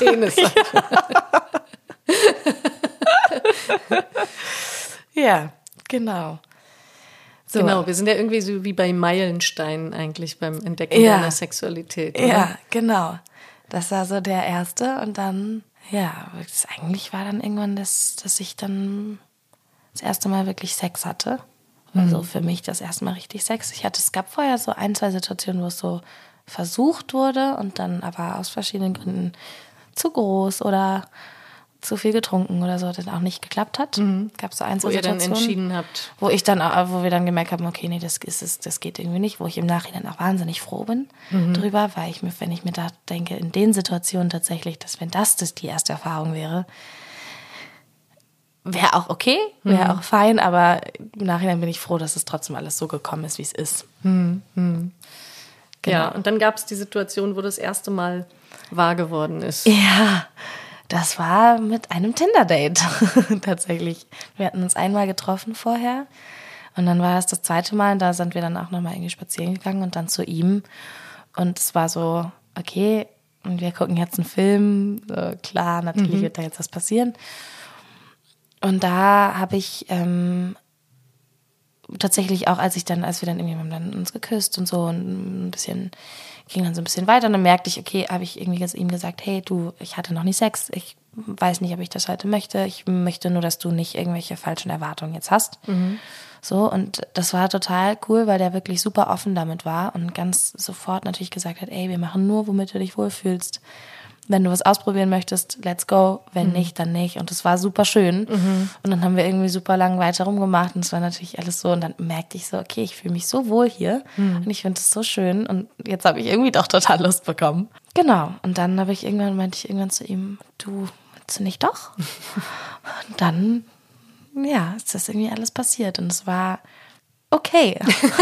Ja, genau. So. Genau, wir sind ja irgendwie so wie bei Meilenstein eigentlich beim Entdecken deiner Sexualität. Oder? Ja, genau. Das war so der erste und dann, eigentlich war dann irgendwann, dass ich dann das erste Mal wirklich Sex hatte. Also für mich das erste Mal richtig Sex. Es gab vorher so 1, 2 Situationen, wo es so versucht wurde und dann aber aus verschiedenen Gründen zu groß oder zu viel getrunken oder so, das auch nicht geklappt hat. Gab so 1, 2 Wo ihr dann Situationen, entschieden habt. wo wir dann gemerkt haben, okay, nee, das geht irgendwie nicht, wo ich im Nachhinein auch wahnsinnig froh bin drüber, weil wenn ich mir da denke, in den Situationen tatsächlich, dass wenn das die erste Erfahrung wäre, wäre auch okay, wäre auch fein, aber im Nachhinein bin ich froh, dass es trotzdem alles so gekommen ist, wie es ist. Genau. Ja, und dann gab es die Situation, wo das erste Mal wahr geworden ist. Ja, das war mit einem Tinder-Date tatsächlich. Wir hatten uns einmal getroffen vorher und dann war es das zweite Mal und da sind wir dann auch nochmal irgendwie spazieren gegangen und dann zu ihm und es war so, okay, und wir gucken jetzt einen Film, so, klar, natürlich wird da jetzt was passieren. Und da habe ich tatsächlich auch, als wir dann irgendwie haben dann uns geküsst und so und ging dann so ein bisschen weiter und dann merkte ich, okay, habe ich irgendwie ihm gesagt, hey, du, ich hatte noch nie Sex, ich weiß nicht, ob ich das heute möchte, ich möchte nur, dass du nicht irgendwelche falschen Erwartungen jetzt hast. So, und das war total cool, weil der wirklich super offen damit war und ganz sofort natürlich gesagt hat, ey, wir machen nur, womit du dich wohlfühlst. Wenn du was ausprobieren möchtest, let's go. Wenn nicht, dann nicht. Und das war super schön. Und dann haben wir irgendwie super lang weiter rumgemacht. Und es war natürlich alles so. Und dann merkte ich so, okay, ich fühle mich so wohl hier. Und ich finde es so schön. Und jetzt habe ich irgendwie doch total Lust bekommen. Genau. Und dann meinte ich irgendwann zu ihm, du, willst du nicht doch? Und dann, ist das irgendwie alles passiert. Und es war okay.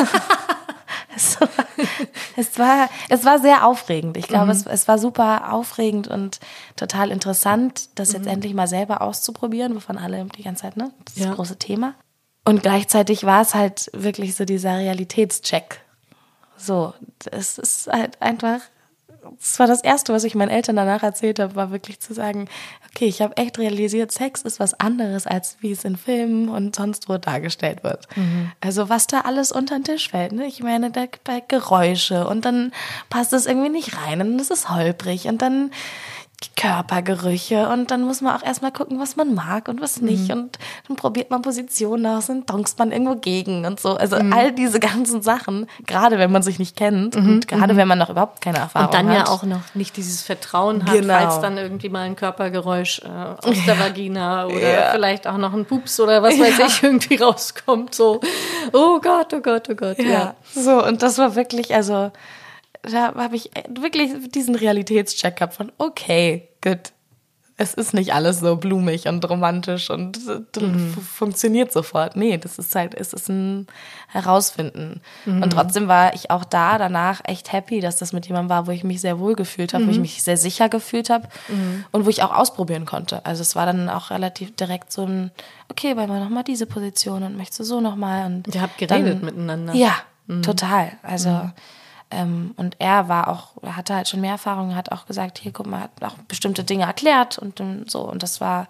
Es war sehr aufregend. Ich glaube, es war super aufregend und total interessant, das jetzt endlich mal selber auszuprobieren, wovon alle die ganze Zeit, das große Thema. Und gleichzeitig war es halt wirklich so dieser Realitätscheck. So, es ist halt einfach, das war das Erste, was ich meinen Eltern danach erzählt habe, war wirklich zu sagen, okay, ich habe echt realisiert, Sex ist was anderes, als wie es in Filmen und sonst wo dargestellt wird. Also was da alles unter den Tisch fällt. Ne? Ich meine, da Geräusche und dann passt es irgendwie nicht rein und es ist holprig und dann Körpergerüche und dann muss man auch erstmal gucken, was man mag und was nicht und dann probiert man Positionen aus und donkst man irgendwo gegen und so. Also all diese ganzen Sachen, gerade wenn man sich nicht kennt und gerade wenn man noch überhaupt keine Erfahrung hat. Und dann ja auch noch nicht dieses Vertrauen hat, falls dann irgendwie mal ein Körpergeräusch aus der Vagina oder vielleicht auch noch ein Pups oder was weiß ich irgendwie rauskommt. So, oh Gott, oh Gott, oh Gott. Ja. So, und das war wirklich, also da habe ich wirklich diesen Realitätscheck gehabt von, okay, gut, es ist nicht alles so blumig und romantisch und funktioniert sofort. Nee, es ist ein Herausfinden. Und trotzdem war ich auch danach echt happy, dass das mit jemandem war, wo ich mich sehr wohl gefühlt habe, wo ich mich sehr sicher gefühlt habe und wo ich auch ausprobieren konnte. Also es war dann auch relativ direkt so ein, okay, wollen wir nochmal diese Position und möchtest du so nochmal. Und ihr habt geredet miteinander. Ja, total. Also und er hatte halt schon mehr Erfahrung, hat auch gesagt, hier, guck mal, hat auch bestimmte Dinge erklärt und so. Und das war,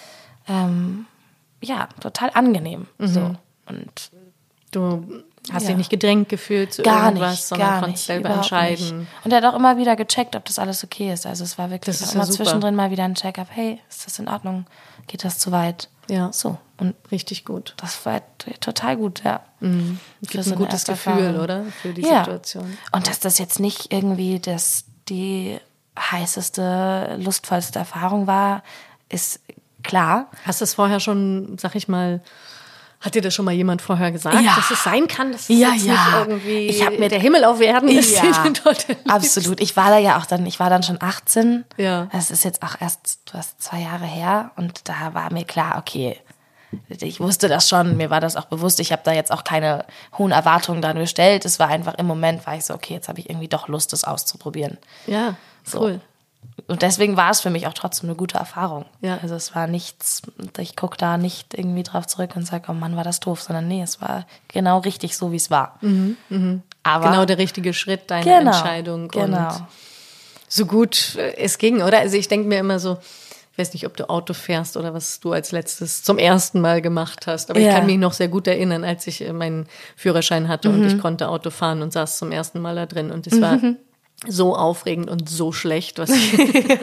total angenehm. So. Und du hast dich nicht gedrängt gefühlt zu gar irgendwas, nicht, sondern gar konntest nicht, selber überhaupt entscheiden. nicht. Und er hat auch immer wieder gecheckt, ob das alles okay ist. Also es war wirklich Das ist immer ja super. zwischendrin mal wieder ein Check-up. Hey, ist das in Ordnung? Geht das zu weit? Ja. So. Und Richtig gut. das war total gut, ja. Gibt ein gutes Gefühl, Erfahrung. oder? Für die Ja. Situation. Und dass das jetzt nicht irgendwie die heißeste, lustvollste Erfahrung war, ist klar. Hast du es vorher schon, sag ich mal, hat dir das schon mal jemand vorher gesagt, Ja. dass es sein kann, dass es Ja, jetzt ja. nicht irgendwie Ich hab mir- der Himmel auf Erden ist? Ja, den du dort erlebst? absolut. Ich war dann schon 18. Ja. Das ist jetzt auch erst 2 Jahre her und da war mir klar, okay, ich wusste das schon, mir war das auch bewusst, ich habe da jetzt auch keine hohen Erwartungen dran gestellt. Es war einfach im Moment, war ich so, okay, jetzt habe ich irgendwie doch Lust, das auszuprobieren. Ja, So. cool. Und deswegen war es für mich auch trotzdem eine gute Erfahrung. Ja. Also es war nichts, ich gucke da nicht irgendwie drauf zurück und sage, oh Mann, war das doof, sondern nee, es war genau richtig so, wie es war. Aber Genau der richtige Schritt, deine Entscheidung. Genau. Und so gut es ging, oder? Also ich denke mir immer so, ich weiß nicht, ob du Auto fährst oder was du als letztes zum ersten Mal gemacht hast, aber ich kann mich noch sehr gut erinnern, als ich meinen Führerschein hatte und ich konnte Auto fahren und saß zum ersten Mal da drin und es war so aufregend und so schlecht, was ich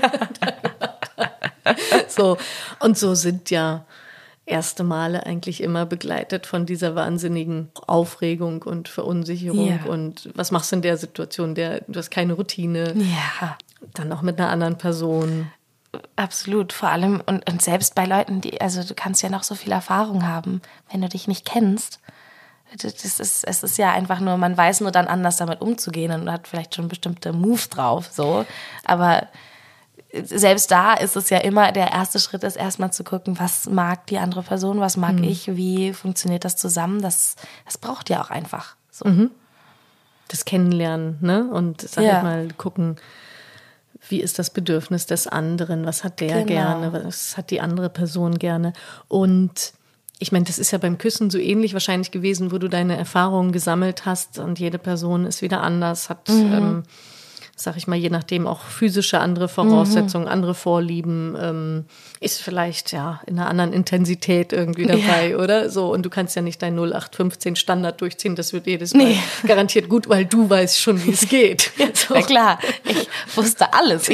so. Und so sind ja erste Male eigentlich immer begleitet von dieser wahnsinnigen Aufregung und Verunsicherung. Ja. Und was machst du in der Situation? Du hast keine Routine. Ja. Dann auch mit einer anderen Person. Absolut, vor allem und selbst bei Leuten, also du kannst ja noch so viel Erfahrung haben, wenn du dich nicht kennst. Es ist ja einfach nur, man weiß nur dann anders damit umzugehen und hat vielleicht schon bestimmte Moves drauf, so. Aber selbst da ist es ja immer, der erste Schritt ist erstmal zu gucken, was mag die andere Person, was mag ich, wie funktioniert das zusammen, das braucht ja auch einfach, so. Das Kennenlernen, ne? Und sag ich mal, gucken, wie ist das Bedürfnis des anderen, was hat der gerne, was hat die andere Person gerne. Und ich meine, das ist ja beim Küssen so ähnlich wahrscheinlich gewesen, wo du deine Erfahrungen gesammelt hast und jede Person ist wieder anders, hat, sag ich mal, je nachdem auch physische andere Voraussetzungen, andere Vorlieben, ist vielleicht ja in einer anderen Intensität irgendwie dabei, oder? So, und du kannst ja nicht dein 0815 Standard durchziehen, das wird jedes Mal garantiert gut, weil du weißt schon, wie es geht. So. Ja klar, ich wusste alles,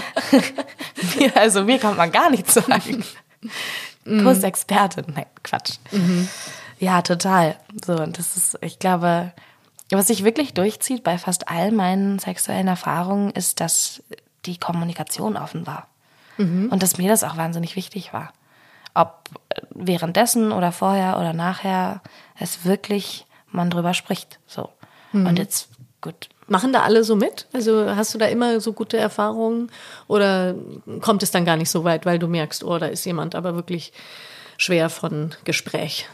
mir kann man gar nichts sagen. Kursexpertin, nein, Quatsch. Ja, total. So, und das ist, ich glaube, was sich wirklich durchzieht bei fast all meinen sexuellen Erfahrungen, ist, dass die Kommunikation offen war. Und dass mir das auch wahnsinnig wichtig war. Ob währenddessen oder vorher oder nachher es wirklich man drüber spricht. So. Und jetzt, gut. Machen da alle so mit? Also hast du da immer so gute Erfahrungen? Oder kommt es dann gar nicht so weit, weil du merkst, oh, da ist jemand aber wirklich schwer von Gespräch?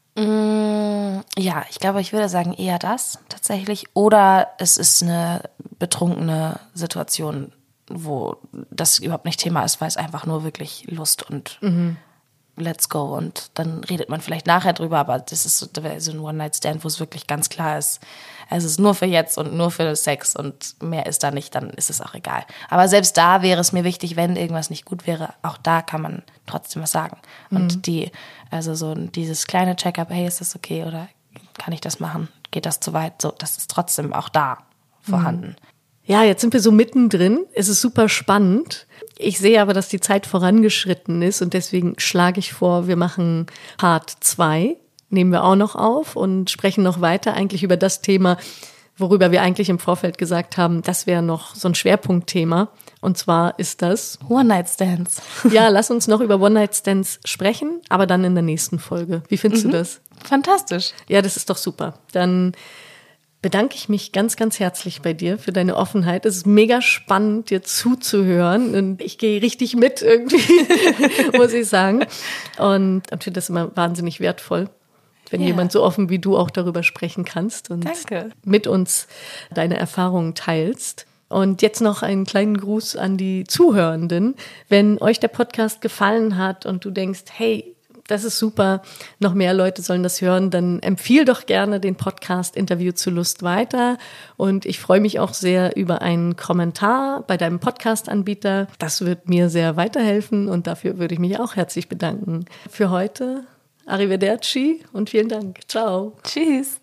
Ja, ich glaube, ich würde sagen eher das tatsächlich. Oder es ist eine betrunkene Situation, wo das überhaupt nicht Thema ist, weil es einfach nur wirklich Lust und let's go. Und dann redet man vielleicht nachher drüber, aber das ist so ein One-Night-Stand, wo es wirklich ganz klar ist, es ist nur für jetzt und nur für Sex und mehr ist da nicht, dann ist es auch egal. Aber selbst da wäre es mir wichtig, wenn irgendwas nicht gut wäre, auch da kann man trotzdem was sagen. Und also so dieses kleine Check-up, hey, ist das okay oder kann ich das machen? Geht das zu weit? So, das ist trotzdem auch da vorhanden. Ja, jetzt sind wir so mittendrin. Es ist super spannend. Ich sehe aber, dass die Zeit vorangeschritten ist und deswegen schlage ich vor, wir machen Part 2. Nehmen wir auch noch auf und sprechen noch weiter eigentlich über das Thema, worüber wir eigentlich im Vorfeld gesagt haben, das wäre noch so ein Schwerpunktthema. Und zwar ist das One-Night-Stands. Ja, lass uns noch über One-Night-Stands sprechen, aber dann in der nächsten Folge. Wie findest du das? Fantastisch. Ja, das ist doch super. Dann bedanke ich mich ganz, ganz herzlich bei dir für deine Offenheit. Es ist mega spannend, dir zuzuhören. Und ich gehe richtig mit irgendwie, muss ich sagen. Und ich finde das immer wahnsinnig wertvoll, wenn jemand so offen wie du auch darüber sprechen kannst und mit uns deine Erfahrungen teilst. Und jetzt noch einen kleinen Gruß an die Zuhörenden. Wenn euch der Podcast gefallen hat und du denkst, hey, das ist super, noch mehr Leute sollen das hören, dann empfiehl doch gerne den Podcast Interview zu Lust weiter. Und ich freue mich auch sehr über einen Kommentar bei deinem Podcast-Anbieter. Das wird mir sehr weiterhelfen und dafür würde ich mich auch herzlich bedanken. Für heute Arrivederci und vielen Dank. Ciao. Tschüss.